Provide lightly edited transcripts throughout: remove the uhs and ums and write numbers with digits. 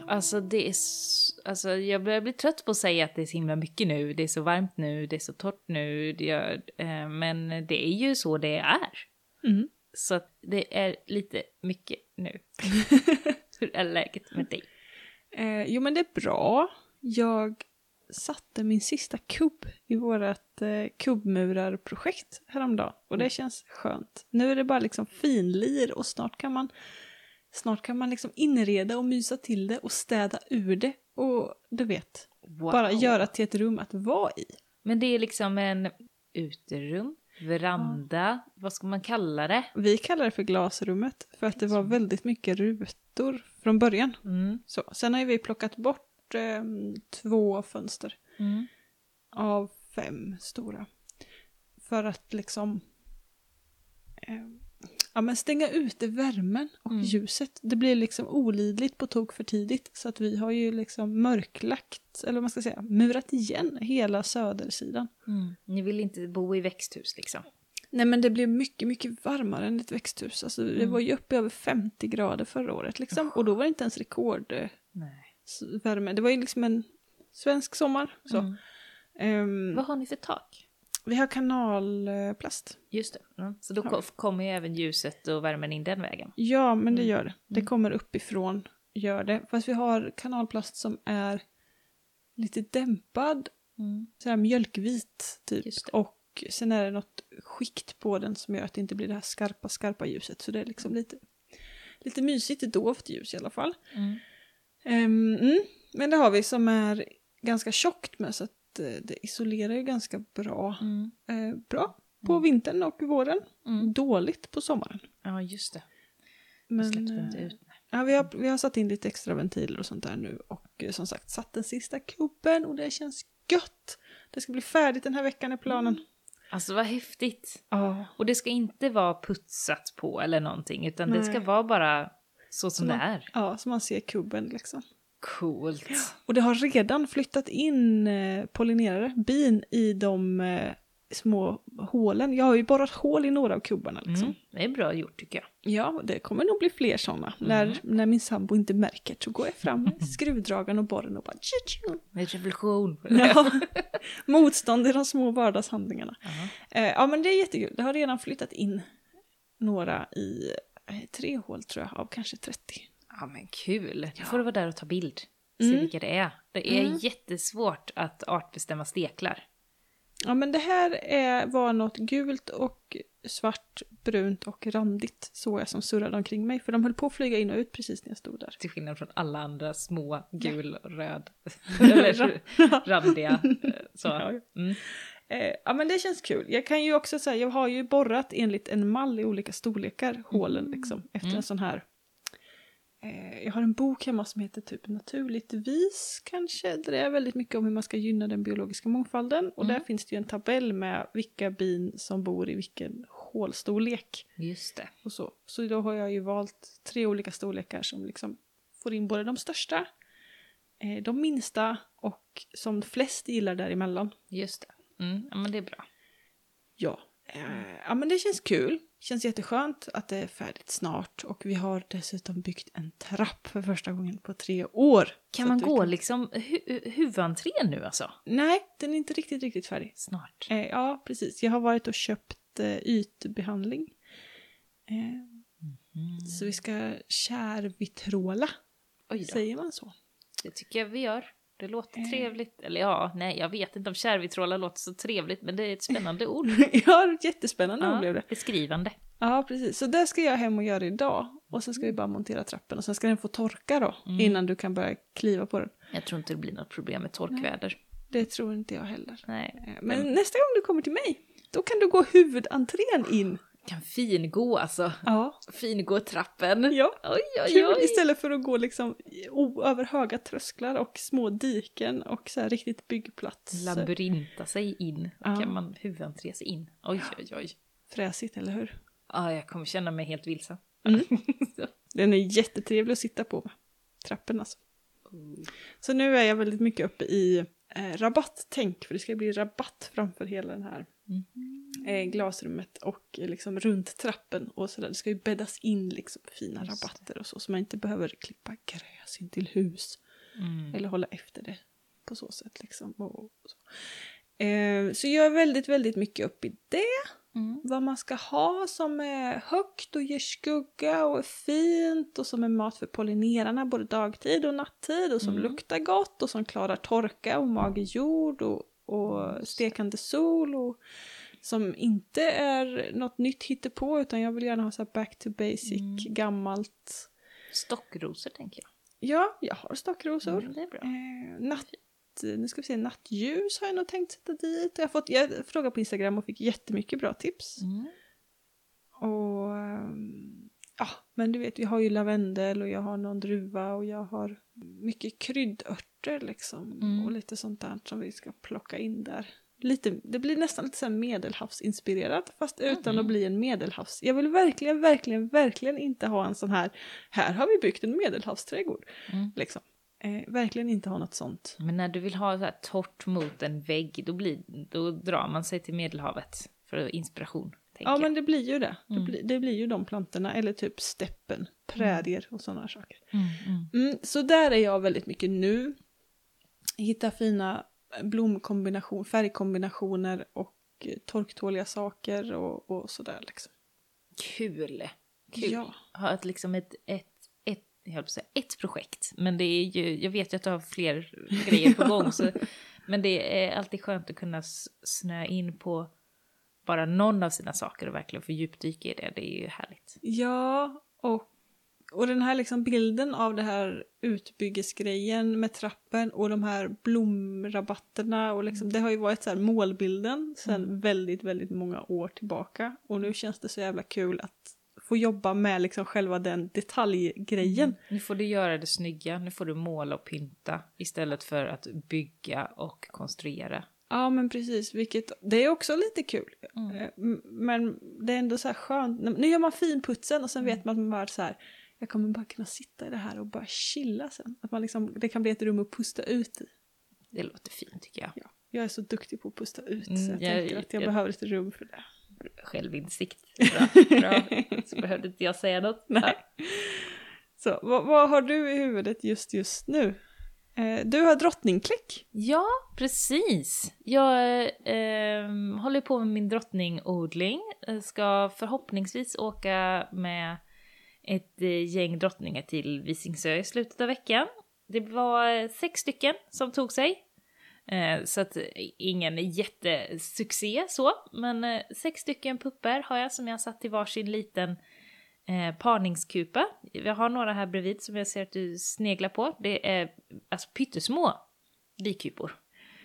Alltså alltså jag börjar bli trött på att säga att det är så himla mycket nu. Det är så varmt nu, det är så torrt nu. Men det är ju så det är. Mm. Så att det är lite mycket nu. Hur är läget med dig? Jo, men det är bra. Jag satte min sista kubb i vårt kubbmurarprojekt häromdagen. Och det känns skönt. Nu är det bara liksom finlir och snart kan man liksom inreda och mysa till det och städa ur det. Och du vet, bara göra till ett rum att vara i. Men det är liksom en uterum, veranda, vad ska man kalla det? Vi kallar det för glasrummet för att det var väldigt mycket rutor från början. Mm. Så, sen har vi plockat bort 2 fönster av 5 stora. För att liksom men stänga ute värmen och ljuset. Det blir liksom olidligt på tok för tidigt. Så att vi har ju liksom mörklagt, eller vad man ska säga, murat igen hela södersidan. Ni vill inte bo i växthus liksom? Nej, men det blev mycket, mycket varmare än ett växthus. Alltså, det var ju uppe över 50 grader förra året liksom. Och då var det inte ens rekordvärme. Det var ju liksom en svensk sommar. Så. Vad har ni för tak? Vi har kanalplast. Just det. Så då kommer ju även ljuset och värmen in den vägen. Ja, men det gör det. Det kommer uppifrån, gör det. Fast vi har kanalplast som är lite dämpad. Sådär mjölkvit typ. Och sen är det något skikt på den som gör att det inte blir det här skarpa ljuset. Så det är liksom lite mysigt, dovt ljus i alla fall. Men det har vi som är ganska tjockt med, så att det isolerar ju ganska bra. Bra på vintern och våren. Dåligt på sommaren. Ja, just det. Men släpps inte ut. ja, vi har satt in lite extra ventiler och sånt där nu. Och som sagt, satt den sista kubben och det känns gött. Det ska bli färdigt den här veckan i planen. Alltså vad häftigt. Och det ska inte vara putsat på eller någonting, utan det ska vara bara så som det är. Ja, så man ser kubben liksom. Coolt. Ja. Och det har redan flyttat in pollinerare, bin, i de små hålen. Jag har ju borrat hål i några av kubbarna liksom. Det är bra gjort tycker jag. Ja, det kommer nog bli fler sådana. När min sambo inte märker så går jag fram med skruvdragaren och borren och bara Med revolution. Ja. Motstånd i de små vardagshandlingarna. Ja, men det är jättekul. Det har redan flyttat in några i 3 hål tror jag, av kanske 30. Ja, men kul. Nu får du vara där och ta bild. Se vilka det är. Det är jättesvårt att artbestämma steklar. Ja, men det här var något gult och svart, brunt och randigt, såg jag, som surrade omkring mig. För de höll på att flyga in och ut precis när jag stod där. Till skillnad från alla andra små, gul, röd eller randiga. Så. Ja, men det känns kul. Jag kan ju också säga, jag har ju borrat enligt en mall i olika storlekar, hålen liksom, efter en sån här. Jag har en bok hemma som heter typ Naturligt vis kanske. Där det är väldigt mycket om hur man ska gynna den biologiska mångfalden. Och där finns det ju en tabell med vilka bin som bor i vilken hålstorlek. Just det. Och så då har jag ju valt 3 olika storlekar som liksom får in både de största, de minsta och som flest gillar däremellan. Just det. Ja, men det är bra. Ja. Ja, men det känns kul. Känns jätteskönt att det är färdigt snart. Och vi har dessutom byggt en trapp för första gången på 3 år. Kan man gå liksom huvudentrén nu alltså? Nej, den är inte riktigt färdig. Snart. Ja, precis. Jag har varit och köpt ytbehandling. Så vi ska kärvitråla. Säger man så? Det tycker jag vi gör. Det låter trevligt. Eller jag vet inte om kärvitråla låter så trevligt, men det är ett spännande ord. Ja, jättespännande ord blev det. Beskrivande. Ja, precis. Så det ska jag hem och göra idag. Och sen ska vi bara montera trappen. Och sen ska den få torka då, innan du kan börja kliva på den. Jag tror inte det blir något problem med torkväder. Nej, det tror inte jag heller. Nej. Men nästa gång du kommer till mig, då kan du gå huvudentrén in. Kan fingå alltså. Ja. Fingå trappen. Ja, oj. Kul, istället för att gå liksom över höga trösklar och små diken och så här riktigt byggplats. Labyrinta sig in. Kan man huvudentré sig in. Oj. Fräsigt, eller hur? Ja, jag kommer känna mig helt vilsen. Den är jättetrevlig att sitta på, trappen alltså. Så nu är jag väldigt mycket uppe i rabatt-tänk, för det ska bli rabatt framför hela den här glasrummet och liksom runt trappen och sådär. Det ska ju bäddas in liksom fina rabatter och så man inte behöver klippa gräs hänsyn till hus. Eller hålla efter det på så sätt liksom. Och så. Så jag är väldigt, väldigt mycket upp i det. Vad man ska ha som är högt och ger skugga och är fint och som är mat för pollinerarna både dagtid och nattid och som luktar gott och som klarar torka och mager jord och stekande sol och som inte är något nytt hittepå utan jag vill gärna ha så här back to basic, gammalt. Stockrosor tänker jag. Ja, jag har stockrosor. Det är bra. Nu ska vi se, nattljus har jag nog tänkt sätta dit. Jag frågade på Instagram och fick jättemycket bra tips. Och ja, men du vet, vi har ju lavendel och jag har någon druva och jag har mycket kryddörter liksom. Och lite sånt där som vi ska plocka in där. Det blir nästan lite så här medelhavsinspirerat fast utan att bli en medelhavs. Jag vill verkligen, verkligen, verkligen inte ha en sån här har vi byggt en medelhavsträdgård. Liksom. Verkligen inte ha något sånt. Men när du vill ha så här torrt mot en vägg då drar man sig till Medelhavet för inspiration. Ja, men det blir ju det. Det blir ju de plantorna. Eller typ steppen, prärier och sådana saker. Så där är jag väldigt mycket nu. Hitta fina färgkombinationer och torktåliga saker och sådär liksom. Kul. Ja. Ha ett projekt. Men det är ju, jag vet ju att du har fler grejer på gång. Men det är alltid skönt att kunna snöa in på bara någon av sina saker och verkligen få djupdyka i det. Det är ju härligt. Ja, och den här liksom bilden av det här utbyggesgrejen med trappen och de här blomrabatterna och liksom, det har ju varit så här målbilden sedan väldigt, väldigt många år tillbaka. Och nu känns det så jävla kul att få jobba med liksom själva den detaljgrejen. Nu får du göra det snygga, nu får du måla och pynta istället för att bygga och konstruera. Ja, men precis, vilket det är också lite kul. Men det är ändå så här skönt. Nu gör man finputsen och sen vet man att man bara så här, jag kommer bara kunna sitta i det här och bara chilla sen. Att man liksom, det kan bli ett rum att pusta ut i. Det låter fint tycker jag. Ja, jag är så duktig på att pusta ut så jag tänker att jag behöver ett rum för det. Självinsikt. Bra. Så behövde inte jag säga något. Nej. Så, vad har du i huvudet just nu? Du har drottningklick. Ja, precis. Jag håller på med min drottningodling. Ska förhoppningsvis åka med ett gäng drottningar till Visingsö i slutet av veckan. Det var 6 stycken som tog sig. Så att ingen jättesuccé så. Men 6 stycken pupper har jag som jag satt i varsin liten parningskupa. Jag har några här bredvid som jag ser att du sneglar på. Det är alltså pyttesmå bikupor.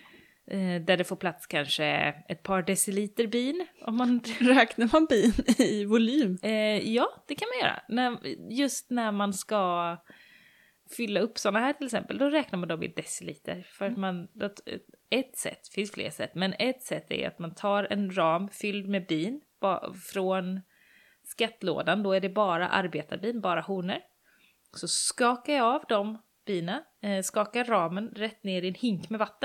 Där det får plats kanske ett par deciliter bin. Om man räknar man bin i volym? Ja, det kan man göra. Just när man ska fylla upp sådana här till exempel, då räknar man dem i deciliter. För att ett sätt, finns fler sätt, men ett sätt är att man tar en ram fylld med bin från skattlådan, då är det bara arbetarbin, bara honor. Så skakar jag av de bina, skakar ramen rätt ner i en hink med vatten.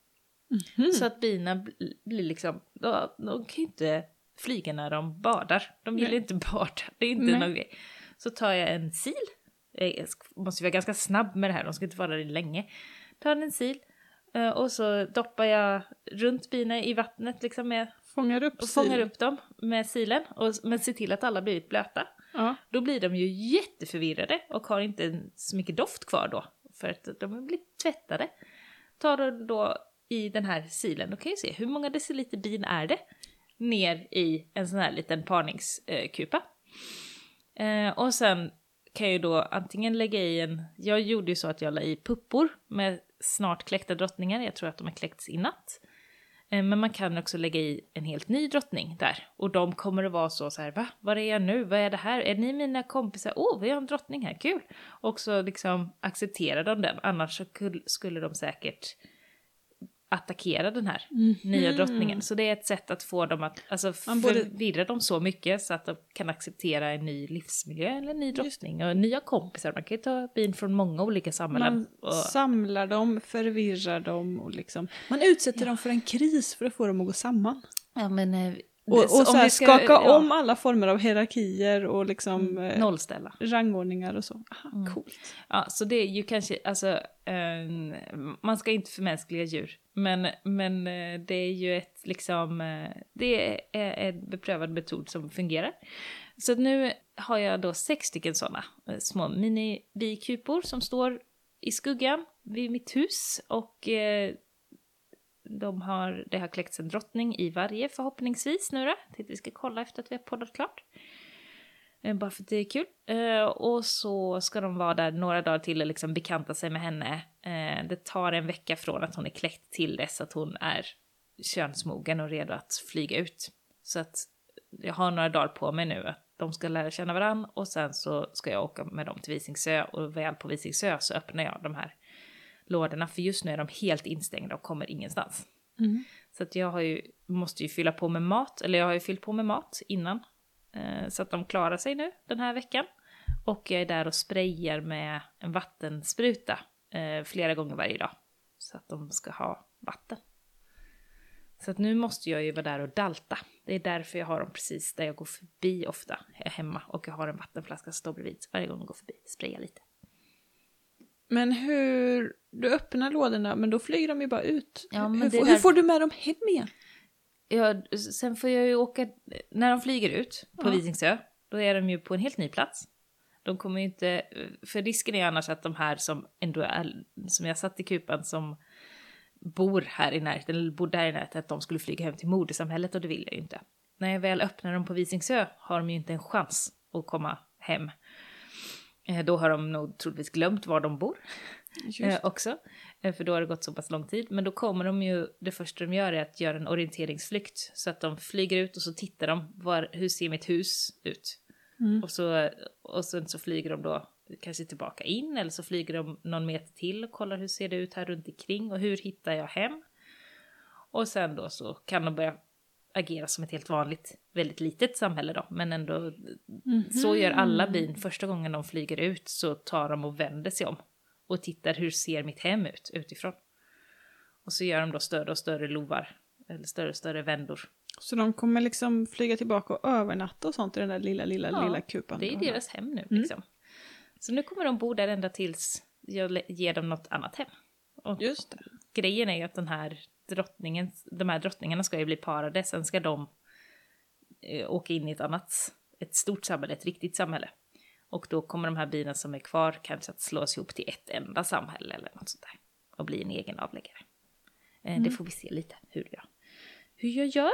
Så att bina blir liksom, de kan ju inte flyga när de badar. De gillar inte bada, det är inte någon grej. Så tar jag en sil. Jag måste vara ganska snabb med det här, de ska inte vara där länge. Tar en sil och så doppar jag runt bina i vattnet liksom fångar upp dem med silen men ser till att alla blivit blöta. Ja. Då blir de ju jätteförvirrade och har inte så mycket doft kvar då för att de har blivit tvättade. Tar då i den här silen, då kan jag se hur många deciliter bin är det ner i en sån här liten parningskupa. Och sen kan jag ju då antingen lägga i jag gjorde ju så att jag la i puppor med snart kläckta drottningar. Jag tror att de har kläckts i natt. Men man kan också lägga i en helt ny drottning där. Och de kommer att vara så här, va? Vad är jag nu? Vad är det här? Är ni mina kompisar? Vi har en drottning här, kul! Och så liksom accepterar de den. Annars så skulle de säkert attackera den här nya drottningen. Så det är ett sätt att få dem att förvirra dem så mycket så att de kan acceptera en ny livsmiljö eller en ny drottning och nya kompisar. Man kan ju ta bin från många olika samhällen. Man samlar dem, förvirrar dem och liksom man utsätter dem för en kris för att få dem att gå samman. Ja, men Och så här, skaka om alla former av hierarkier och liksom nollställa. Rangordningar och så. Aha, coolt. Ja, så det är ju kanske, alltså, man ska inte förmänskliga djur. Men det är ju ett, liksom, det är en beprövad metod som fungerar. Så nu har jag då 6 stycken sådana små mini-bikupor som står i skuggan vid mitt hus. Och det har kläckts en drottning i varje förhoppningsvis nu då. Vi ska kolla efter att vi har poddat klart. Bara för att det är kul. Och så ska de vara där några dagar till och liksom bekanta sig med henne. Det tar en vecka från att hon är kläckt till dess att hon är könsmogen och redo att flyga ut. Så att jag har några dagar på mig nu att de ska lära känna varann. Och sen så ska jag åka med dem till Visingsö. Och väl på Visingsö så öppnar jag de här lådorna. För just nu är de helt instängda och kommer ingenstans. Mm. Så att jag måste ju fylla på med mat. Eller jag har ju fyllt på med mat innan. Så att de klarar sig nu den här veckan. Och jag är där och sprayar med en vattenspruta flera gånger varje dag. Så att de ska ha vatten. Så att nu måste jag ju vara där och dalta. Det är därför jag har dem precis där jag går förbi ofta hemma. Och jag har en vattenflaska som står bredvid. Så varje gång jag går förbi sprayar lite. Men hur... Du öppnar lådorna men då flyger de ju bara ut. Ja, men hur får du med dem hem igen? Ja, sen får jag ju åka... När de flyger ut på Visingsö, då är de ju på en helt ny plats. De kommer ju inte... För risken är annars att de här som ändå är... Som jag satt i kupan som bor här i närheten, eller bor där i närheten, att de skulle flyga hem till modersamhället, och det vill jag ju inte. När jag väl öppnar dem på Visingsö har de ju inte en chans att komma hem. Då har de nog troligtvis glömt var de bor också. För då har det gått så pass lång tid. Men då kommer de ju, det första de gör är att göra en orienteringsflykt. Så att de flyger ut och så tittar de, hur ser mitt hus ut? Mm. Och sen så flyger de då kanske tillbaka in. Eller så flyger de någon meter till och kollar hur ser det ut här runt omkring. Och hur hittar jag hem? Och sen då så kan de börja agera som ett helt vanligt, väldigt litet samhälle då. Men ändå, så gör alla bin. Första gången de flyger ut så tar de och vänder sig om. Och tittar hur ser mitt hem ut utifrån. Och så gör de då större och större lovar. Eller större och större vändor. Så de kommer liksom flyga tillbaka och övernatta och sånt i den där lilla kupan? Det är deras hem nu liksom. Så nu kommer de bo där ända tills jag ger dem något annat hem. Och just det. Grejen är ju att de här drottningarna ska ju bli parade. Sen ska de åka in i ett stort samhälle, ett riktigt samhälle. Och då kommer de här bina som är kvar kanske att slås ihop till ett enda samhälle eller något sånt där. Och bli en egen avläggare. Det får vi se lite hur jag gör.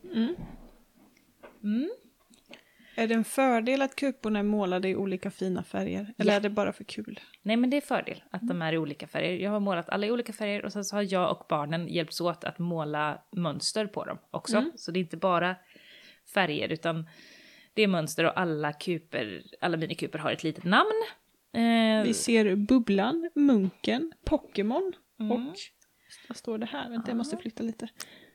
Är det en fördel att kuporna är målade i olika fina färger? Eller är det bara för kul? Nej, men det är fördel att de är i olika färger. Jag har målat alla i olika färger och sen så har jag och barnen hjälpts åt att måla mönster på dem också. Så det är inte bara färger utan det är mönster och alla minikuper har ett litet namn. Vi ser Bubblan, Munken, Pokémon och vad står det här? Vänta, jag måste flytta lite.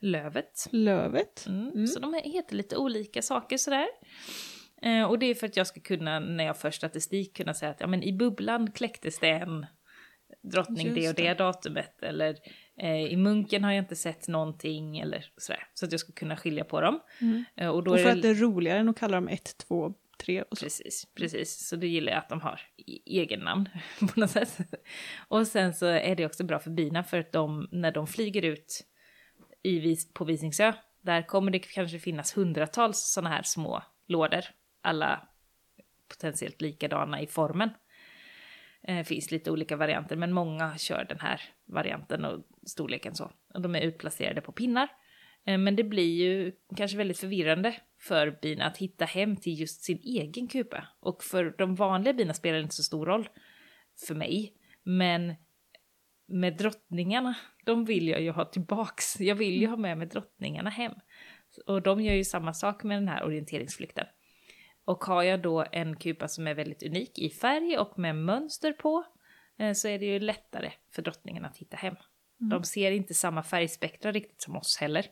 Lövet. Så de heter lite olika saker sådär. Och det är för att jag ska kunna, när jag för statistik, kunna säga att ja, men i Bubblan kläcktes det en drottning det och det datumet. Eller i Munken har jag inte sett någonting eller sådär. Så att jag ska kunna skilja på dem. Och då och för att det är roligare än att kalla dem 1, 2, 3 och så. Precis. Så det gillar jag att de har egen namn på något sätt. Och sen så är det också bra för bina för att när de flyger ut på Visingsö, där kommer det kanske finnas hundratals sådana här små lådor. Alla potentiellt likadana i formen. Finns lite olika varianter, men många kör den här varianten och storleken så. Och de är utplacerade på pinnar. Men det blir ju kanske väldigt förvirrande för bina att hitta hem till just sin egen kupa. Och för de vanliga bina spelar det inte så stor roll för mig. Men med drottningarna, de vill jag ju ha tillbaks. Jag vill ju ha med drottningarna hem. Och de gör ju samma sak med den här orienteringsflykten. Och har jag då en kupa som är väldigt unik i färg och med mönster på, så är det ju lättare för drottningarna att hitta hem. De ser inte samma färgspektra riktigt som oss heller.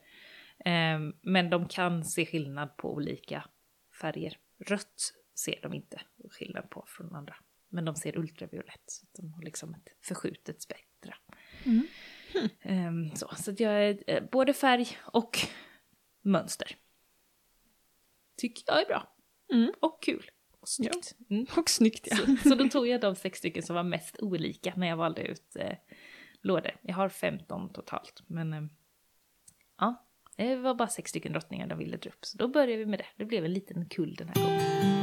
Men de kan se skillnad på olika färger. Rött ser de inte skillnad på från andra. Men de ser ultraviolett. Så de har liksom ett förskjutet spektra. Så att jag är både färg och mönster. tycker jag är bra. Och kul. Och snyggt. Och snyggt, ja. Så då tog jag de 6 stycken som var mest olika när jag valde ut lådor. Jag har 15 totalt. Men ja, det var bara 6 stycken drottningar de ville dra upp. Så då började vi med det. Det blev en liten kull den här gången.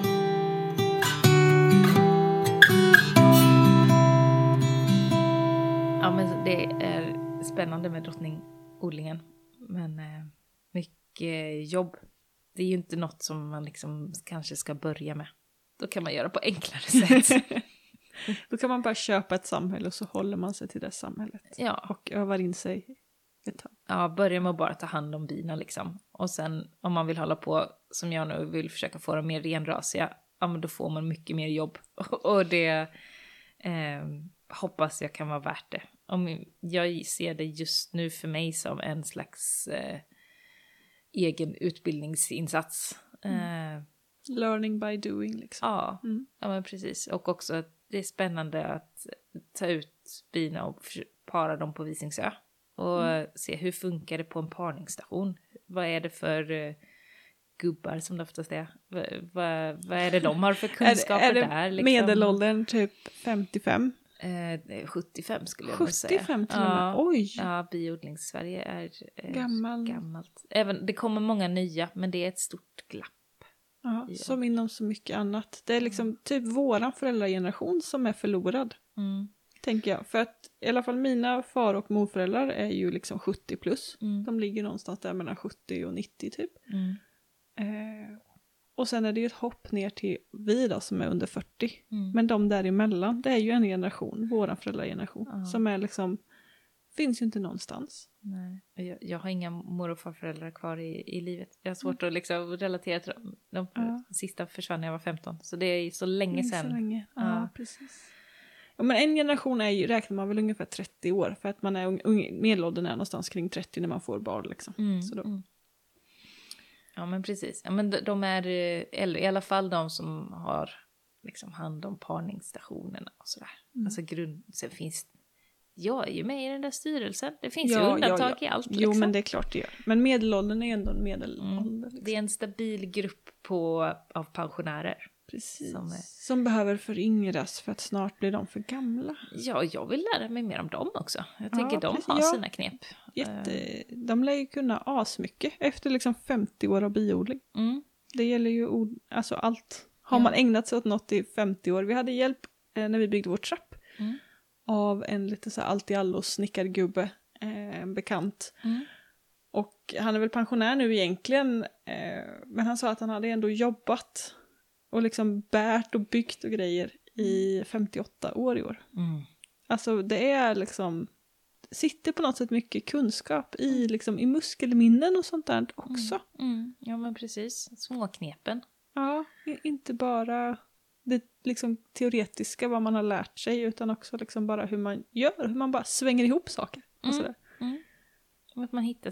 Ja, men det är spännande med drottningodlingen. Men mycket jobb. Det är ju inte något som man liksom kanske ska börja med. Då kan man göra på enklare sätt. Då kan man bara köpa ett samhälle och så håller man sig till det samhället. Ja. Och övar in sig ett tag. Ja, börja med att bara ta hand om bina liksom. Och sen om man vill hålla på, som jag nu vill försöka få dem mer renrasiga, ja men då får man mycket mer jobb. Och det hoppas jag kan vara värt det. Jag ser det just nu för mig som en slags egen utbildningsinsats. Learning by doing liksom. Ja, ja men precis. Och också att det är spännande att ta ut bina och para dem på Visingsö. Och se hur funkar det på en parningsstation. Vad är det för gubbar som det oftast är? Vad är det de har för kunskaper där? Är det liksom? medelåldern typ 55? 75 skulle jag nog säga. 75 till och med, oj! Ja, biodlings-Sverige är gammalt. Det kommer många nya, men det är ett stort glapp. Ja, som inom så mycket annat. Det är liksom typ våran föräldrageneration som är förlorad. Tänker jag. För att i alla fall mina far- och morföräldrar är ju liksom 70 plus. De ligger någonstans där mellan 70 och 90 typ. Och sen är det ju ett hopp ner till vi då som är under 40. Men de däremellan, det är ju en generation, våran föräldrageneration. Som är liksom, finns ju inte någonstans. Nej. Jag har inga mor- och farföräldrar kvar i livet. Jag har svårt att liksom relatera till dem. De sista försvann när jag var 15. Så det är så länge sedan. Så länge. Ja, precis. Ja, men en generation är ju, räknar man väl ungefär 30 år. För att man är medelåldern är någonstans kring 30 när man får barn liksom. Så då. Ja men precis. Ja, men de är äldre, i alla fall de som har liksom hand om parningsstationerna och sådär. Alltså sen finns, jag är ju med i den där styrelsen. Det finns ju undantag i allt. Liksom. Jo men det är klart det gör. Men medelåldern är ändå en medelålder. Liksom. Det är en stabil grupp av pensionärer. Precis. Som behöver föryngras för att snart blir de för gamla. Ja, jag vill lära mig mer om dem också. Jag tänker de har sina knep. De lär ju kunna asmycket efter liksom 50 år av biodling. Det gäller ju alltså allt. Har man ägnat sig åt något i 50 år. Vi hade hjälp när vi byggde vår trapp. Av en lite så här allt-i-allo snickargubbe. En bekant. Och han är väl pensionär nu egentligen. Men han sa att han hade ändå jobbat. Och liksom bärt och byggt och grejer i 58 år i år. Alltså det är liksom, sitter på något sätt mycket kunskap i, liksom, i muskelminnen och sånt där också. Ja men precis, små knepen. Ja, inte bara det liksom teoretiska vad man har lärt sig utan också liksom bara hur man gör, hur man bara svänger ihop saker. Och sådär. Att man hittar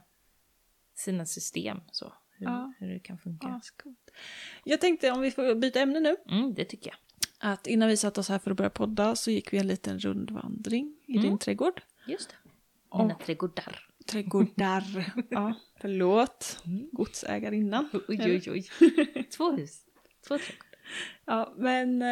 sina system så. Hur det kan funka. Jag tänkte om vi får byta ämne nu. Det tycker jag. Att innan vi satt oss här för att börja podda så gick vi en liten rundvandring i din trädgård. Just det. Mina trädgårdar. Trädgårdar. Ja, förlåt. Godsägarinnan. Oj. 2 hus. 2 trädgårdar. Ja, men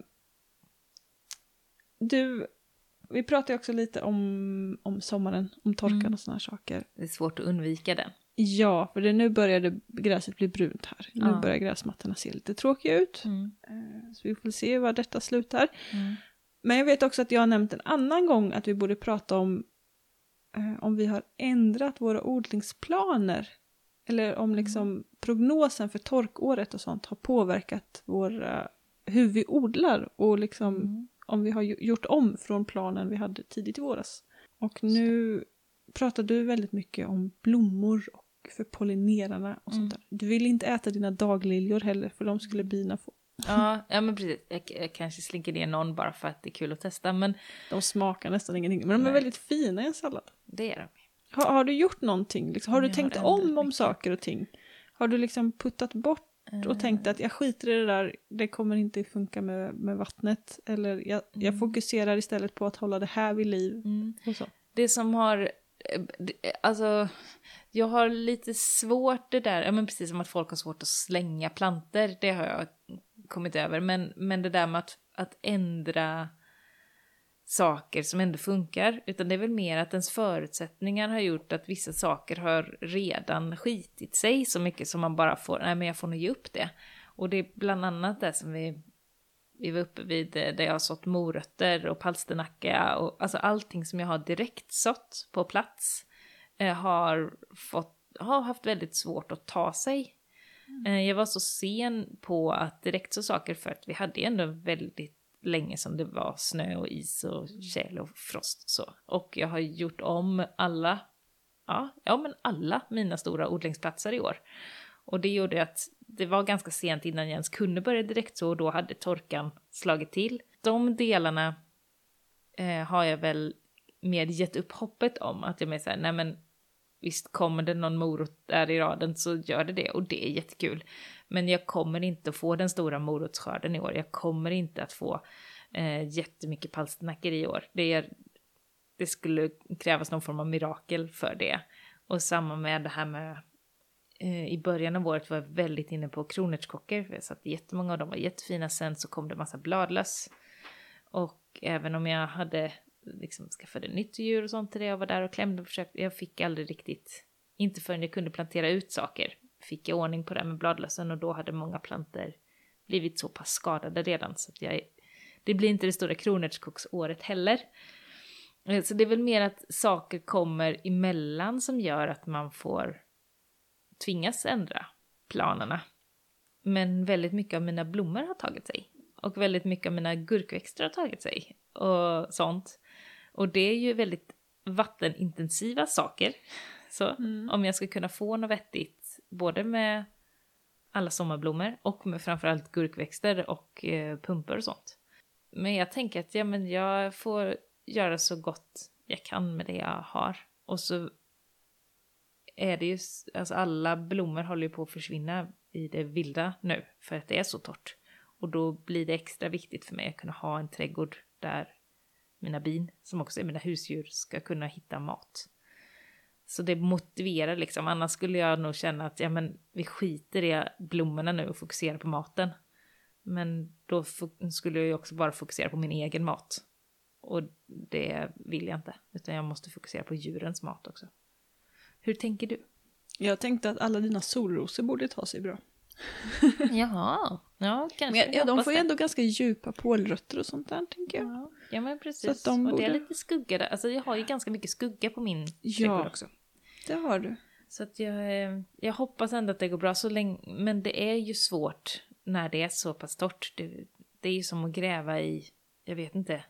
vi pratade också lite om sommaren, om torkan och såna här saker. Det är svårt att undvika den. Ja, för nu började gräset bli brunt här. Nu börjar gräsmattorna se lite tråkiga ut. Så vi får se var detta slutar. Men jag vet också att jag har nämnt en annan gång att vi borde prata om vi har ändrat våra odlingsplaner. Eller om liksom prognosen för torkåret och sånt har påverkat hur vi odlar. Och liksom om vi har gjort om från planen vi hade tidigt i våras. Och nu pratar du väldigt mycket om blommor och för pollinerarna och sånt där. Du vill inte äta dina dagliljor heller för de skulle bina få. Ja men precis. Jag kanske slinker ner någon bara för att det är kul att testa. Men de smakar nästan ingenting. Men de är väldigt fina i en sallad. Det är de. Har du gjort någonting? Liksom? Har du tänkt om saker och ting? Har du liksom puttat bort och tänkt att jag skiter i det där, det kommer inte funka med vattnet. Eller jag fokuserar istället på att hålla det här vid liv. Och så. Det som har Alltså, jag har lite svårt det där, ja men precis som att folk har svårt att slänga planter, det har jag kommit över. Men det där med att ändra saker som ändå funkar, utan det är väl mer att ens förutsättningar har gjort att vissa saker har redan skitit sig så mycket som man bara får, nej men jag får nog ge upp det. Och det är bland annat det som vi var uppe vid, där jag har sått morötter och palsternacka och alltså allting som jag har direkt sått på plats har haft väldigt svårt att ta sig. Jag var så sen på att direkt så saker, för att vi hade ändå väldigt länge som det var snö och is och tjäl och frost så. Och jag har gjort om alla mina stora odlingsplatser i år. Och det gjorde att det var ganska sent innan jag ens kunde börja direkt så, och då hade torkan slagit till. De delarna har jag väl mer gett upp hoppet om, att jag är såhär, nej men visst kommer det någon morot där i raden så gör det, och det är jättekul. Men jag kommer inte att få den stora morotsskörden i år. Jag kommer inte att få jättemycket palsternackor i år. Det skulle krävas någon form av mirakel för det. Och samma med det här med i början av året var jag väldigt inne på kronärtskockor. Så att jättemånga av dem var jättefina. Sen så kom det massa bladlöss. Och även om jag hade liksom skaffade nytt djur och sånt till det, jag var där och klämde och försökte, jag fick aldrig riktigt, inte förrän jag kunde plantera ut saker fick jag ordning på det med bladlössen, och då hade många planter blivit så pass skadade redan så att det blir inte det stora kronärtskocksåret heller. Så det är väl mer att saker kommer emellan som gör att man får tvingas ändra planerna. Men väldigt mycket av mina blommor har tagit sig. Och väldigt mycket av mina gurkväxter har tagit sig. Och sånt. Och det är ju väldigt vattenintensiva saker. Så om jag ska kunna få något vettigt. Både med alla sommarblommor. Och med framförallt gurkväxter och pumpor och sånt. Men jag tänker att jag får göra så gott jag kan med det jag har. Och så är det ju, alltså alla blommor håller ju på att försvinna i det vilda nu. För att det är så torrt. Och då blir det extra viktigt för mig att kunna ha en trädgård där mina bin, som också är mina husdjur, ska kunna hitta mat. Så det motiverar liksom. Annars skulle jag nog känna att vi skiter i blommorna nu och fokuserar på maten. Men då skulle jag ju också bara fokusera på min egen mat. Och det vill jag inte. Utan jag måste fokusera på djurens mat också. Hur tänker du? Jag tänkte att alla dina solrosor borde ta sig bra. Jaha, ja kanske. Men de får ju ändå ganska djupa pålrötter och sånt där, tänker jag. Ja men precis. Så och det är lite skugga där. Alltså jag har ju ganska mycket skugga på min trädgård också. Det har du. Så att jag hoppas ändå att det går bra så länge. Men det är ju svårt när det är så pass torrt. Det är ju som att gräva i, jag vet inte,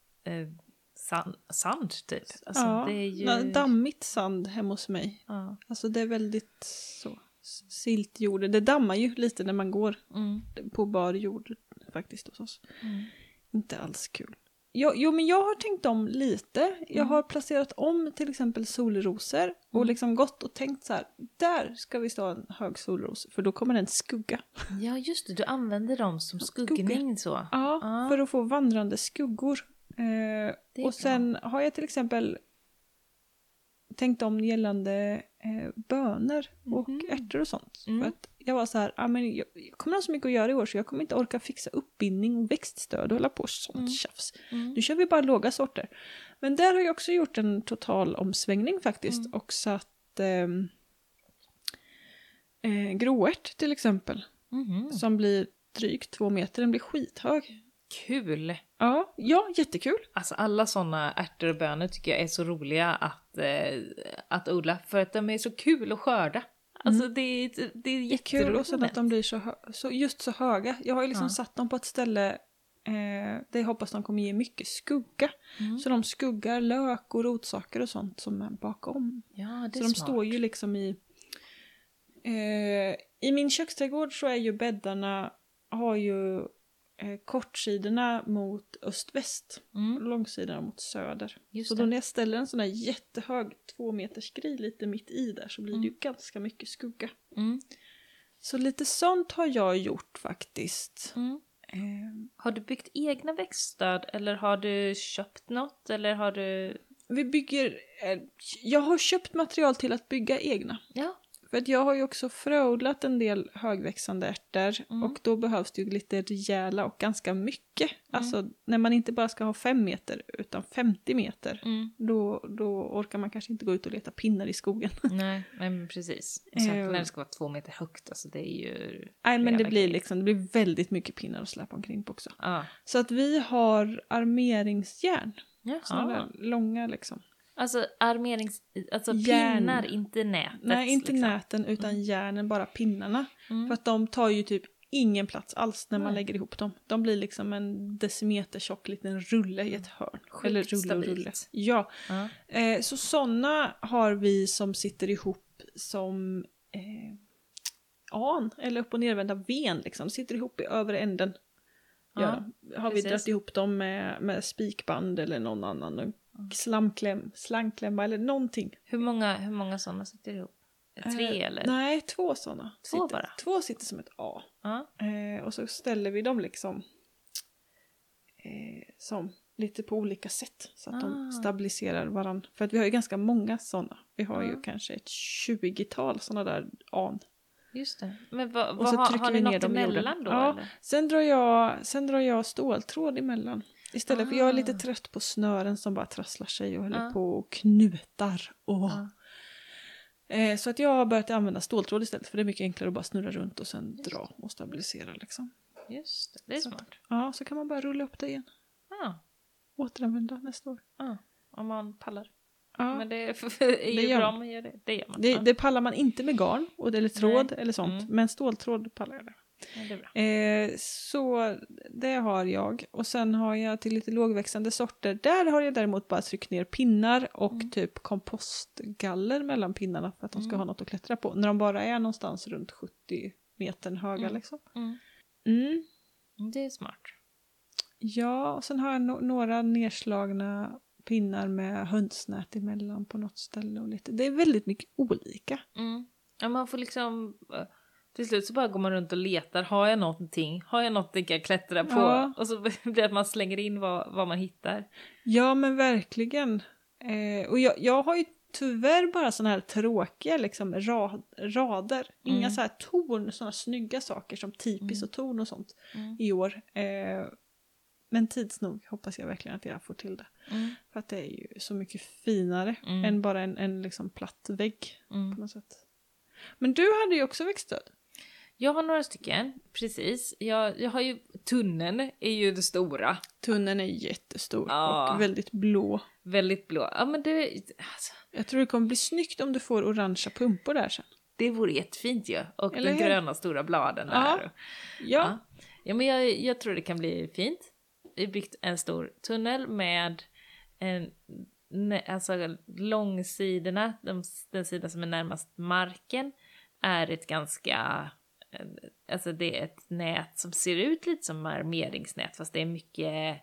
sand typ. Alltså, ja, det är ju dammigt sand hemma hos mig. Ja. Alltså det är väldigt så siltjord. Det dammar ju lite när man går på bar jord faktiskt hos oss. Inte alls kul. Jo, men jag har tänkt om lite. Jag har placerat om till exempel solrosor och liksom gått och tänkt så här, där ska vi stå en hög solros, för då kommer det en skugga. Ja, just det. Du använder dem som skuggning så. Ja, för att få vandrande skuggor. Och sen har jag till exempel tänkt om gällande bönor och ärtor och sånt. För att jag var så här, jag kommer ha så mycket att göra i år så jag kommer inte orka fixa uppbindning och växtstöd och hålla på sånt tjafs. Nu kör vi bara låga sorter. Men där har jag också gjort en total omsvängning faktiskt. Och satt gråärt till exempel. Som blir drygt 2 meter. Den blir skithög. Kul! Ja, jättekul. Alltså alla sådana ärtor och bönor tycker jag är så roliga att odla. För att de är så kul att skörda. Alltså det är jätteroligt. Kul och sen att de blir så höga. Jag har ju liksom satt dem på ett ställe där jag hoppas de kommer ge mycket skugga. Så de skuggar lök och rotsaker och sånt som är bakom. Ja, det är så de smart. står ju liksom i min köksträdgård så är ju bäddarna, har ju kortsidorna mot öst-väst och långsidorna mot söder. Just så det. då när jag ställer en sån här jättehög 2 meters grej lite mitt i där så blir det ju ganska mycket skugga. Så lite sånt har jag gjort faktiskt. Har du byggt egna växtstöd eller har du köpt något eller har du... vi bygger... jag har köpt material till att bygga egna. Ja. För att jag har ju också fröodlat en del högväxande ärtor. Och då behövs det ju lite rejäla och ganska mycket. Alltså när man inte bara ska ha 5 meter utan 50 meter. Då orkar man kanske inte gå ut och leta pinnar i skogen. Nej, men precis. Och sen när det ska vara 2 meter högt, alltså det är ju... Nej, men det blir väldigt mycket pinnar att släppa omkring på också. Ah. Så att vi har armeringsjärn. Jaha. Sådana där långa liksom. Alltså Järn. pinnar, inte nätet. Nej, inte liksom. näten utan järnen, bara pinnarna. För att de tar ju typ ingen plats alls när man lägger ihop dem. De blir liksom en decimeter tjock liten rulle i ett hörn. Eller rulle. Ja. Så sådana har vi som sitter ihop som an eller upp- och nervända ven liksom. Sitter ihop i övre änden. Ja, har vi dragit ihop dem med spikband eller någon annan slangklämma eller någonting. Hur många sådana sitter ihop? 3 eller? Nej, 2 sådana. 2 bara? 2 sitter som ett A. Och så ställer vi dem liksom som lite på olika sätt. Så att de stabiliserar varandra. För att vi har ju ganska många sådana. Vi har ju kanske ett 20-tal sådana där an. Just det. Men Och så har ni något emellan då? Ja, eller? sen drar jag ståltråd emellan. Istället för jag är lite trött på snören som bara trasslar sig och håller på och knutar. Så att jag har börjat använda ståltråd istället. För det är mycket enklare att bara snurra runt och sen dra och stabilisera liksom. Just det, det är smart. Ja, så kan man bara rulla upp det igen. Återanvända nästa år. Om man pallar. Ja. Men det är ju bra om man gör det. Det gör man. Det pallar man inte med garn eller tråd eller sånt. Men ståltråd pallar jag det. Ja, det är bra. Så det har jag. Och sen har jag till lite lågväxande sorter. Där har jag däremot bara tryckt ner pinnar och typ kompostgaller mellan pinnarna för att de ska ha något att klättra på. När de bara är någonstans runt 70 meter höga liksom. Det är smart. Ja, och sen har jag några nedslagna pinnar med hönsnät emellan på något ställe och lite. Det är väldigt mycket olika. Ja, man får liksom... Till slut så bara går man runt och letar. Har jag någonting jag kan klättra på? Ja. Och så blir det att man slänger in vad man hittar. Ja, men verkligen. Och jag har ju tyvärr bara såna här tråkiga liksom, rader. Inga så här torn, såna snygga saker som tipis och torn och sånt i år. Men tids nog hoppas jag verkligen att jag får till det. För att det är ju så mycket finare än bara en liksom platt vägg på något sätt. Men du hade ju också växtstöd. Jag har några stycken, precis. Jag har ju, tunneln är ju det stora. Tunneln är jättestor och väldigt blå. Väldigt blå. Ja, men det... Alltså. Jag tror det kommer bli snyggt om du får orangea pumpor där sen. Det vore jättefint ju. Och de gröna stora bladen där. Ja, men jag tror det kan bli fint. Vi har byggt en stor tunnel med alltså långsidorna, den sidan som är närmast marken, är ett ganska, alltså det är ett nät som ser ut lite som armeringsnät, fast det är mycket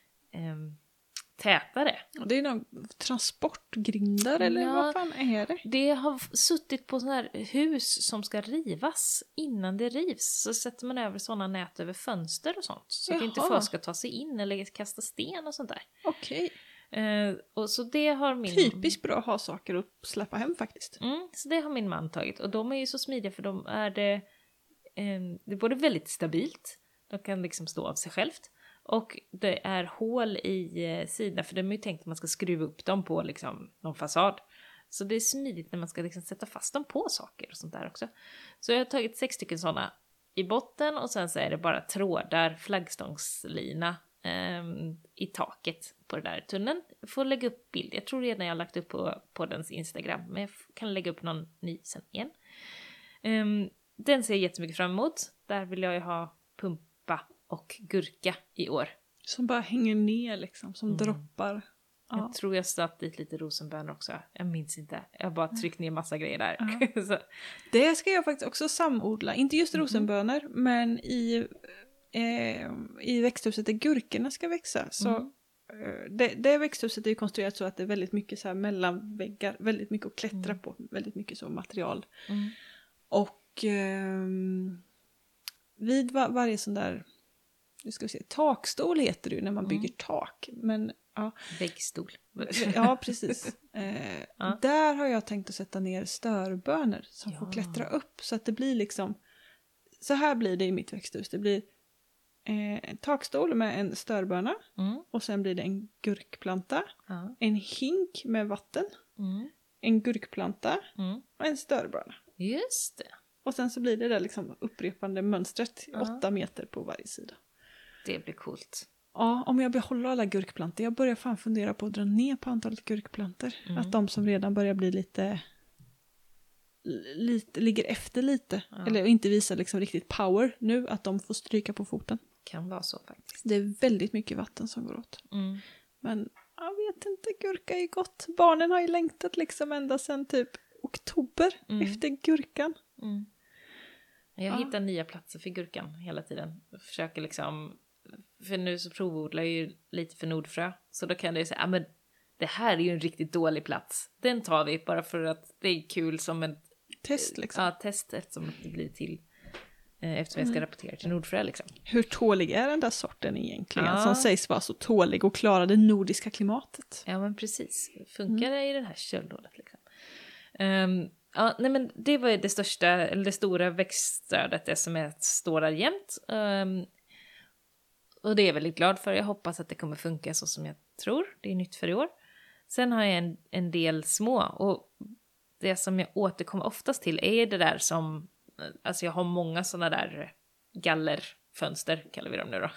tätare. Det är någon transportgrindar eller vad fan är det? Det har suttit på sådana här hus som ska rivas innan det rivs. Så sätter man över sådana nät över fönster och sånt. Så att inte folk ska ta sig in eller kasta sten och sånt där. Okej. Och så det har min... Typiskt bra att ha saker att släppa hem faktiskt. Så det har min man tagit. Och de är ju så smidiga för de är det är både väldigt stabilt. De kan liksom stå av sig självt. Och det är hål i sidan, för de är ju tänkt att man ska skruva upp dem på liksom någon fasad. Så det är smidigt när man ska liksom sätta fast dem på saker och sånt där också. Så jag har tagit 6 stycken sådana i botten och sen så är det bara trådar, flaggstångslina i taket på den där tunneln. Jag får lägga upp bild. Jag tror redan jag har lagt upp på dens Instagram, men jag kan lägga upp någon ny sen igen. Den ser jag jättemycket fram emot. Där vill jag ju ha pumpa och gurka i år. Som bara hänger ner liksom, som droppar. Ja. Jag tror jag satt dit lite rosenbönor också. Jag minns inte. Jag har bara tryckt ner massa grejer där. Så. Det ska jag faktiskt också samodla. Inte just rosenbönor, men i växthuset där gurkorna ska växa. Så det växthuset är ju konstruerat så att det är väldigt mycket så här mellanväggar. Väldigt mycket att klättra på. Väldigt mycket så material. Och vid varje sån där... Nu ska vi se, takstol heter det ju när man bygger tak. Men Ja. Väggstol. Ja, precis. Ja. Där har jag tänkt att sätta ner störbönor som Ja. får klättra upp. Så att det blir liksom... Så här blir det i mitt växthus. Det blir en takstol med en störböna. Mm. Och sen blir det en gurkplanta. Ja. En hink med vatten. Mm. En gurkplanta. Mm. Och en störböna. Just det. Och sen så blir det där liksom upprepande mönstret. Ja. 8 meter på varje sida. Det blir coolt. Ja, om jag behåller alla gurkplantor. Jag börjar fan fundera på att dra ner på antalet gurkplantor. Mm. Att de som redan börjar bli lite ligger efter lite. Ja. Eller inte visar liksom riktigt power nu. Att de får stryka på foten. Kan vara så faktiskt. Det är väldigt mycket vatten som går åt. Mm. Men jag vet inte, gurka är gott. Barnen har ju längtat liksom ända sedan typ oktober efter gurkan. Mm. Jag hittar nya platser för gurkan hela tiden. Jag försöker liksom, för nu så provodlar jag ju lite för Nordfrö. Så då kan jag ju säga, men det här är ju en riktigt dålig plats. Den tar vi bara för att det är kul som ett Test liksom. Ja, test eftersom det blir till eftersom jag ska rapportera till Nordfrö liksom. Hur tålig är den där sorten egentligen? Ja. Som sägs vara så tålig och klara det nordiska klimatet. Ja, men precis. Funkar det i den här köldåret liksom? Ja, nej men det var ju det största, eller det stora växtstödet, det som står där jämt. Och det är jag väldigt glad för. Jag hoppas att det kommer funka så som jag tror. Det är nytt för i år. Sen har jag en del små, och det som jag återkommer oftast till är det där som, alltså jag har många sådana där gallerfönster, kallar vi dem nu då.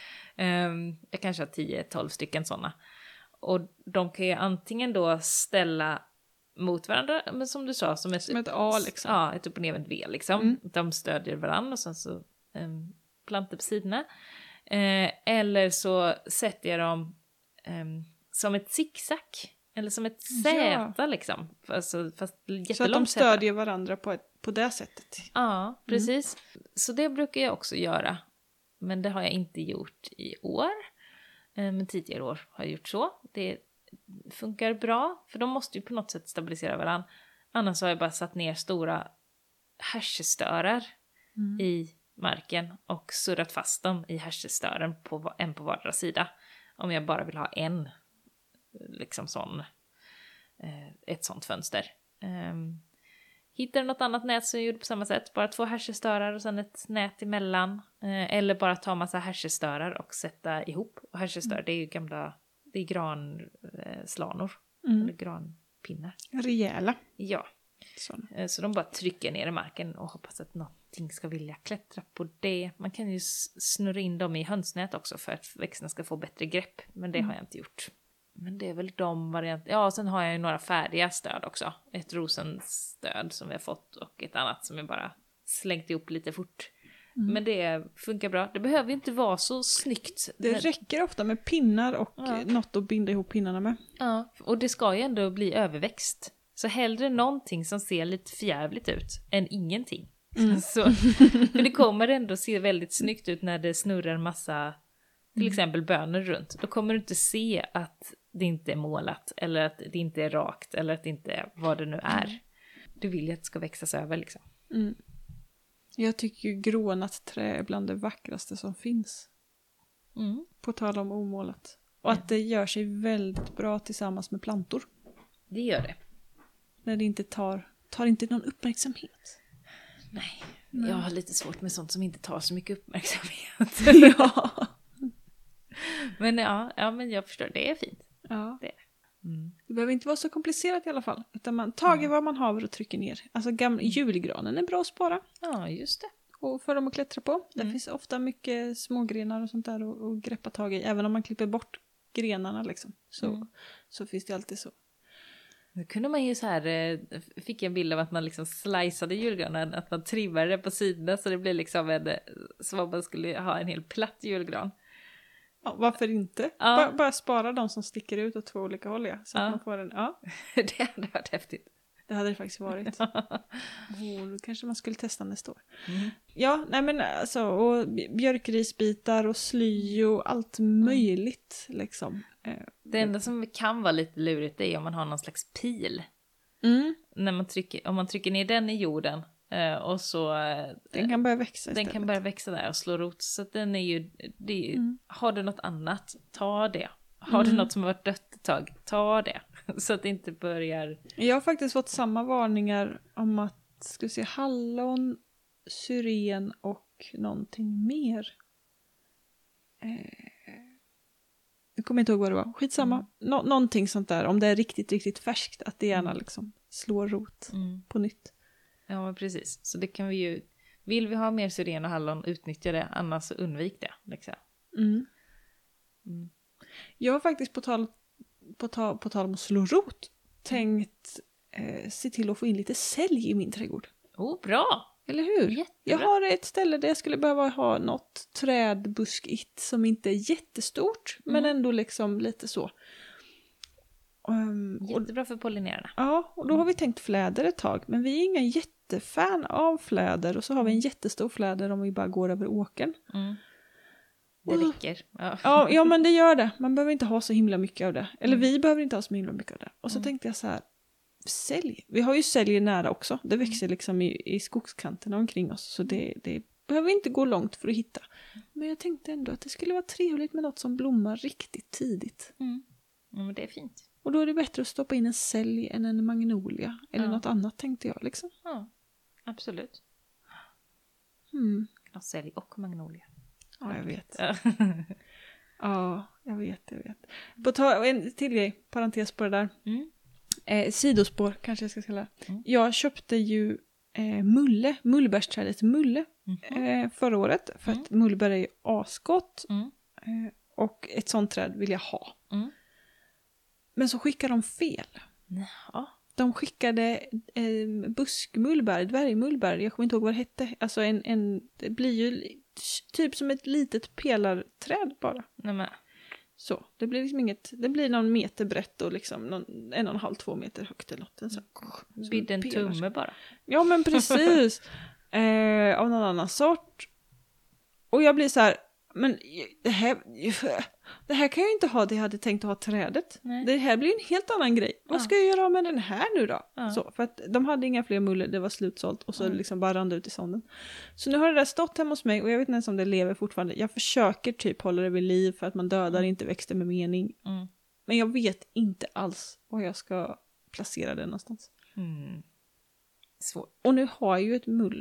Jag kanske har 10-12 stycken sådana. Och de kan ju antingen då ställa mot varandra, men som du sa, som ett A liksom. Ja, ett upp- och nervänt V liksom. De stödjer varandra och sen så plantar på sidorna. Eller så sätter jag dem som ett zigzag. Eller som ett Z liksom. Alltså, fast så att de stödjer varandra på det sättet. Ja, precis. Så det brukar jag också göra. Men det har jag inte gjort i år. Men tidigare år har jag gjort så. Det funkar bra. För de måste ju på något sätt stabilisera varandra. Annars har jag bara satt ner stora härsestörar i marken. Och surrat fast dem i härsestören en på vardera sida. Om jag bara vill ha en liksom sån, ett sånt fönster. Hittar du något annat nät så jag gjorde på samma sätt. Bara 2 härsestörar och sen ett nät emellan. Eller bara ta massa härsestörar och sätta ihop. Och härsestörar, det är ju gamla, det är granslanor. Eller granpinnar. Rejäla. Ja. Såna. Så de bara trycker ner i marken och hoppas att någonting ska vilja klättra på det. Man kan ju snurra in dem i hönsnät också för att växterna ska få bättre grepp. Men det har jag inte gjort. Men det är väl de varianter. Ja, och sen har jag ju några färdiga stöd också. Ett rosenstöd som vi har fått och ett annat som jag bara slängt ihop lite fort. Men det funkar bra. Det behöver ju inte vara så snyggt. Det räcker ofta med pinnar och något att binda ihop pinnarna med. Ja, och det ska ju ändå bli överväxt. Så hellre någonting som ser lite förjävligt ut än ingenting. Så, för det kommer ändå se väldigt snyggt ut när det snurrar massa, till exempel bönor runt. Då kommer du inte se att det inte är målat, eller att det inte är rakt, eller att det inte är vad det nu är. Du vill ju att det ska växas över liksom. Jag tycker ju grånat trä är bland det vackraste som finns. På tal om omålat. Och att det gör sig väldigt bra tillsammans med plantor. Det gör det. När det inte tar inte någon uppmärksamhet. Nej, jag har lite svårt med sånt som inte tar så mycket uppmärksamhet. Ja. Men men jag förstår, det är fint. Ja. Det är det. Det behöver inte vara så komplicerat i alla fall. Utan man tager vad man har och trycker ner. Alltså julgranen är bra att spara. Ja, just det. Och för dem att klättra på. Det finns ofta mycket smågrenar och sånt där och greppa tag i. Även om man klipper bort grenarna liksom. Så finns det alltid så. Nu kunde man ju så här, fick jag en bild av att man liksom sliceade julgranen, att man trimmade det på sidorna så det blir liksom som om man skulle ha en hel platt julgran. Ja, varför inte? Ja. Bara spara de som sticker ut åt 2 olika håll, ja. Så att man får Det hade varit häftigt. Det hade det faktiskt varit. Då kanske man skulle testa nästa år. Ja, nej men alltså, och björkrisbitar och sly och allt möjligt liksom. Det enda som kan vara lite lurigt är om man har någon slags pil. När om man trycker ner den i jorden och så... Den kan börja växa Den istället. kan börja växa där och slå rot. Så att den är ju... Har du något annat, ta det. Har du något som har varit dött ett tag, ta det. Så att det inte börjar... Jag har faktiskt fått samma varningar om att, ska vi se, hallon, syren och någonting mer. Jag kommer inte ihåg vad det var. Skitsamma. Någonting sånt där. Om det är riktigt, riktigt färskt. Att det gärna liksom slår rot på nytt. Ja, men precis. Så det kan vi ju... Vill vi ha mer syren och hallon, utnyttja det. Annars så undvik det. Liksom. Jag har faktiskt på tal om att slå rot tänkt se till att få in lite sälj i min trädgård. Bra! Eller hur? Jättebra. Jag har ett ställe där jag skulle behöva ha något trädbuskigt som inte är jättestort. Men ändå liksom lite så. Jättebra för pollinerarna. Ja, och då har vi tänkt fläder ett tag. Men vi är inga jättefan av fläder. Och så har vi en jättestor fläder om vi bara går över åkern. Det räcker. Ja, men det gör det. Man behöver inte ha så himla mycket av det. Eller vi behöver inte ha så himla mycket av det. Och så tänkte jag så här, sälj. Vi har ju sälj nära också. Det växer liksom i skogskanterna omkring oss. Så det behöver inte gå långt för att hitta. Men jag tänkte ändå att det skulle vara trevligt med något som blommar riktigt tidigt. Ja, men det är fint. Och då är det bättre att stoppa in en sälj än en magnolia. Eller något annat tänkte jag liksom. Ja, absolut. Ja, sälj och magnolia. Ja, jag vet. Ja, jag vet. En till grej, parentes på det där. Sidospår kanske jag ska kalla. Jag köpte ju mullbärsträdet mulle förra året. För att mullbär är ju asgott. Och ett sånt träd vill jag ha. Men så skickade de fel. Ja. De skickade buskmullbär, dvärgmullbär. Jag kommer inte ihåg vad det hette. Alltså det blir ju typ som ett litet pelarträd bara. Nämen. Så, det blir liksom inget, det blir någon meter brett och liksom 1,5-2 meter högt eller något. Så, bidde en tumme bara. Ja, men precis. Av någon annan sort. Och jag blir så här, men det här kan jag ju inte ha det jag hade tänkt att ha trädet. Nej. Det här blir en helt annan grej. Vad ska jag göra med den här nu då? Så, för att de hade inga fler muller, det var slutsålt och så liksom bara rann ut i sonden. Så nu har det där stått hemma hos mig och jag vet inte ens om det lever fortfarande. Jag försöker typ hålla det vid liv för att man dödar inte växter med mening. Men jag vet inte alls var jag ska placera det någonstans. Svårt. Och nu har jag ju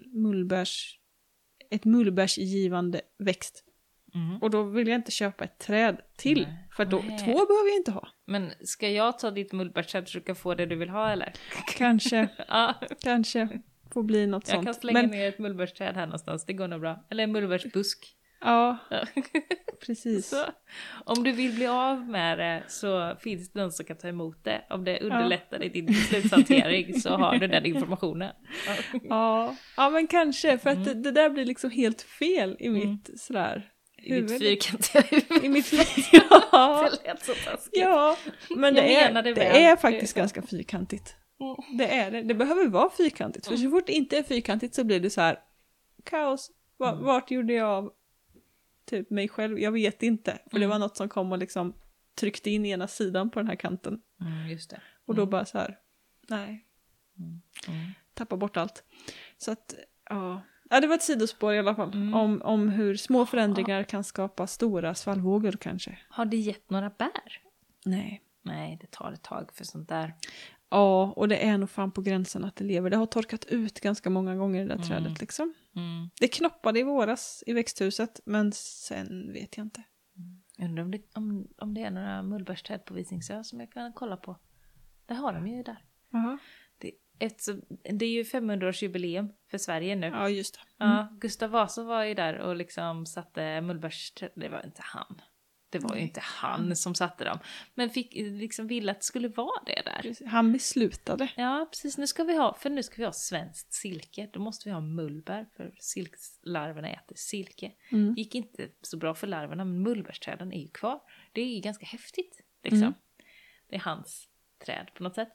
ett mullbärsgivande växt. Och då vill jag inte köpa ett träd till. Nej. För då, 2 behöver jag inte ha. Men ska jag ta ditt mullbärsträd så du kan få det du vill ha eller? Kanske. Kanske. Får bli något sånt. Jag kan slänga ner ett mullbärsträd här någonstans. Det går nog bra. Eller en mullbärsbusk. Ja. Precis. Så, om du vill bli av med det så finns det någon som kan ta emot det. Om det underlättar i din beslutshantering så har du den informationen. Ja, men kanske. För att det där blir liksom helt fel i mitt sådär... I mitt fyrkantiga huvud. I mitt ja. Det lät så taskigt. Ja, men det är faktiskt ganska fyrkantigt. Det är det. Det behöver vara fyrkantigt. För så fort det inte är fyrkantigt så blir det så här kaos. Vart gjorde jag av typ mig själv? Jag vet inte. För det var något som kom och liksom tryckte in ena sidan på den här kanten. Just det. Och då bara så här, nej. Tappa bort allt. Så att, ja, det var ett sidospår i alla fall. Om hur små förändringar kan skapa stora svallvågor kanske. Har det gett några bär? Nej. Nej, det tar ett tag för sånt där. Ja, och det är nog fan på gränsen att det lever. Det har torkat ut ganska många gånger det där trädet liksom. Det knoppade i våras i växthuset, men sen vet jag inte. Undrar om det är några mullbärsträd på Visingsö som jag kan kolla på. Det har de ju där. Det är ju 500-årsjubileum för Sverige nu. Ja, just det. Ja, Gustav Vasa var ju där och liksom satte mullbärsträd. Det var inte han. Det var ju inte han som satte dem. Men liksom ville att det skulle vara det där. Precis. Han beslutade. Ja, precis. Nu ska vi ha svenskt silke. Då måste vi ha mullbär. För silklarverna äter silke. Gick inte så bra för larverna. Men mullbärsträden är ju kvar. Det är ju ganska häftigt. Liksom. Det är hans träd på något sätt.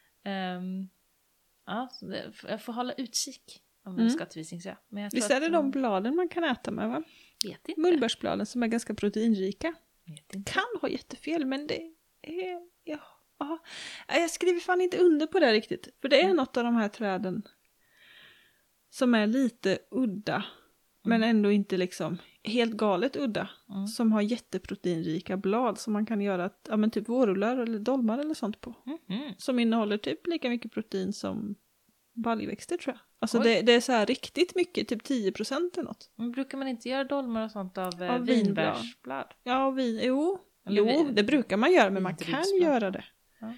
Ja, jag får hålla utkik om jag ska till Visingsö. Visst är det de bladen man kan äta med, va? Vet inte. Mullbärsbladen som är ganska proteinrika. Kan ha jättefel, men det är... Ja. Jag skriver fan inte under på det riktigt. För det är något av de här träden som är lite udda. Men ändå inte liksom helt galet udda. Som har jätteproteinrika blad som man kan göra typ vårrullar eller dolmar eller sånt på. Som innehåller typ lika mycket protein som baljväxter tror jag. Alltså det är så här riktigt mycket, typ 10% eller något. Men brukar man inte göra dolmar och sånt av vinbärsblad? Ja, jo, det brukar man göra, men man kan göra det. Ja.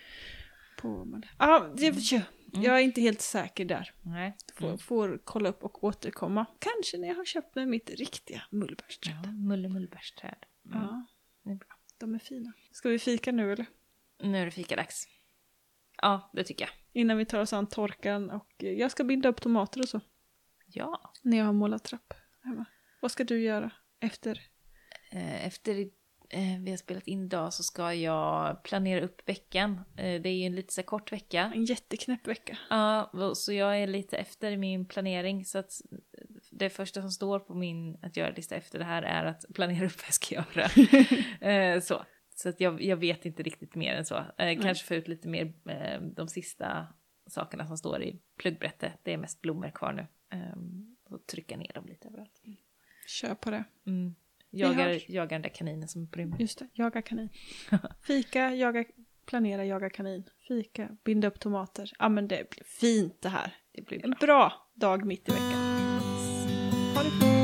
Jag är inte helt säker där. Nej. Får kolla upp och återkomma. Kanske när jag har köpt med mitt riktiga mullbärsträd. Ja, mullbärsträd. Ja, det är bra. De är fina. Ska vi fika nu eller? Nu är det fikadags. Ja, det tycker jag. Innan vi tar oss an torkan och jag ska binda upp tomater och så. Ja. När jag har målat trapp hemma. Vad ska du göra efter? Efter vi har spelat in idag så ska jag planera upp veckan. Det är ju en lite så kort vecka. En jätteknäpp vecka. Ja, så jag är lite efter i min planering. Så att det första som står på min att göra-lista efter det här är att planera upp vad jag ska göra. Så att jag vet inte riktigt mer än så. Kanske få ut lite mer de sista sakerna som står i pluggbrättet. Det är mest blommor kvar nu. Och trycka ner dem lite överallt. Kör på det. Jagar den där kaninen som är på rymden. Just det, jaga kanin. Fika, planera, jaga kanin. Fika, binda upp tomater. Ja, men det blir fint det här. Det blir en bra dag mitt i veckan. Ha det fint.